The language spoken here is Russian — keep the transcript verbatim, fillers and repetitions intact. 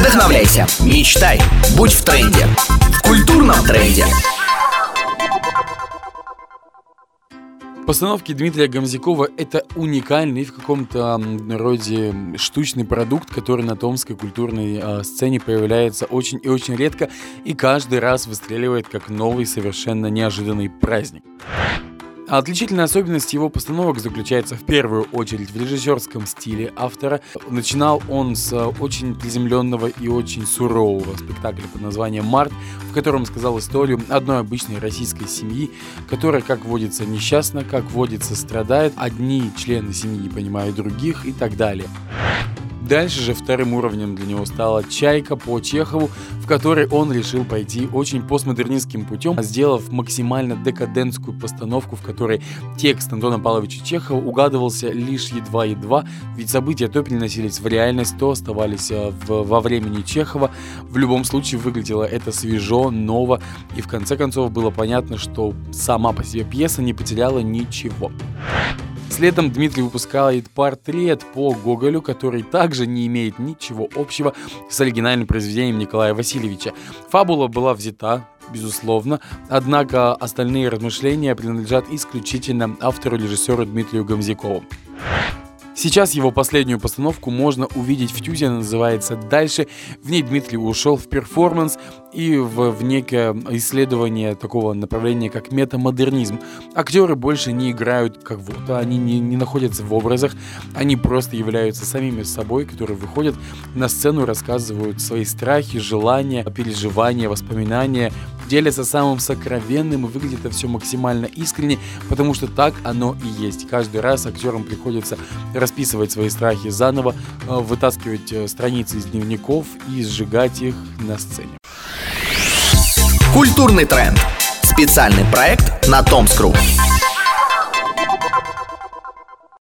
Вдохновляйся, мечтай, будь в тренде. В культурном тренде. Постановки Дмитрия Гомзякова – это уникальный в каком-то роде штучный продукт, который на томской культурной э, сцене появляется очень и очень редко и каждый раз выстреливает как новый, совершенно неожиданный праздник. Отличительная особенность его постановок заключается в первую очередь в режиссерском стиле автора. Начинал он с очень приземленного и очень сурового спектакля под названием «Март», в котором сказал историю одной обычной российской семьи, которая, как водится, несчастна, как водится, страдает, одни члены семьи не понимают других и так далее. Дальше же вторым уровнем для него стала «Чайка» по Чехову, в которой он решил пойти очень постмодернистским путем, сделав максимально декадентскую постановку, в которой текст Антона Павловича Чехова угадывался лишь едва-едва, ведь события то переносились в реальность, то оставались в, во времени Чехова. В любом случае выглядело это свежо, ново, и в конце концов было понятно, что сама по себе пьеса не потеряла ничего. Следом Дмитрий выпускает «Портрет» по Гоголю, который также не имеет ничего общего с оригинальным произведением Николая Васильевича. Фабула была взята, безусловно, однако остальные размышления принадлежат исключительно автору-режиссеру Дмитрию Гомзякову. Сейчас его последнюю постановку можно увидеть в Тюзе, она называется «Дальше». В ней Дмитрий ушел в перформанс и в, в некое исследование такого направления, как метамодернизм. Актеры больше не играют как вот, они не, не находятся в образах, они просто являются самими собой, которые выходят на сцену, рассказывают свои страхи, желания, переживания, воспоминания, делятся самым сокровенным, и выглядит это все максимально искренне, потому что так оно и есть. Каждый раз актерам приходится расписывать свои страхи заново, вытаскивать страницы из дневников и сжигать их на сцене. Культурный тренд. Специальный проект на Томскру.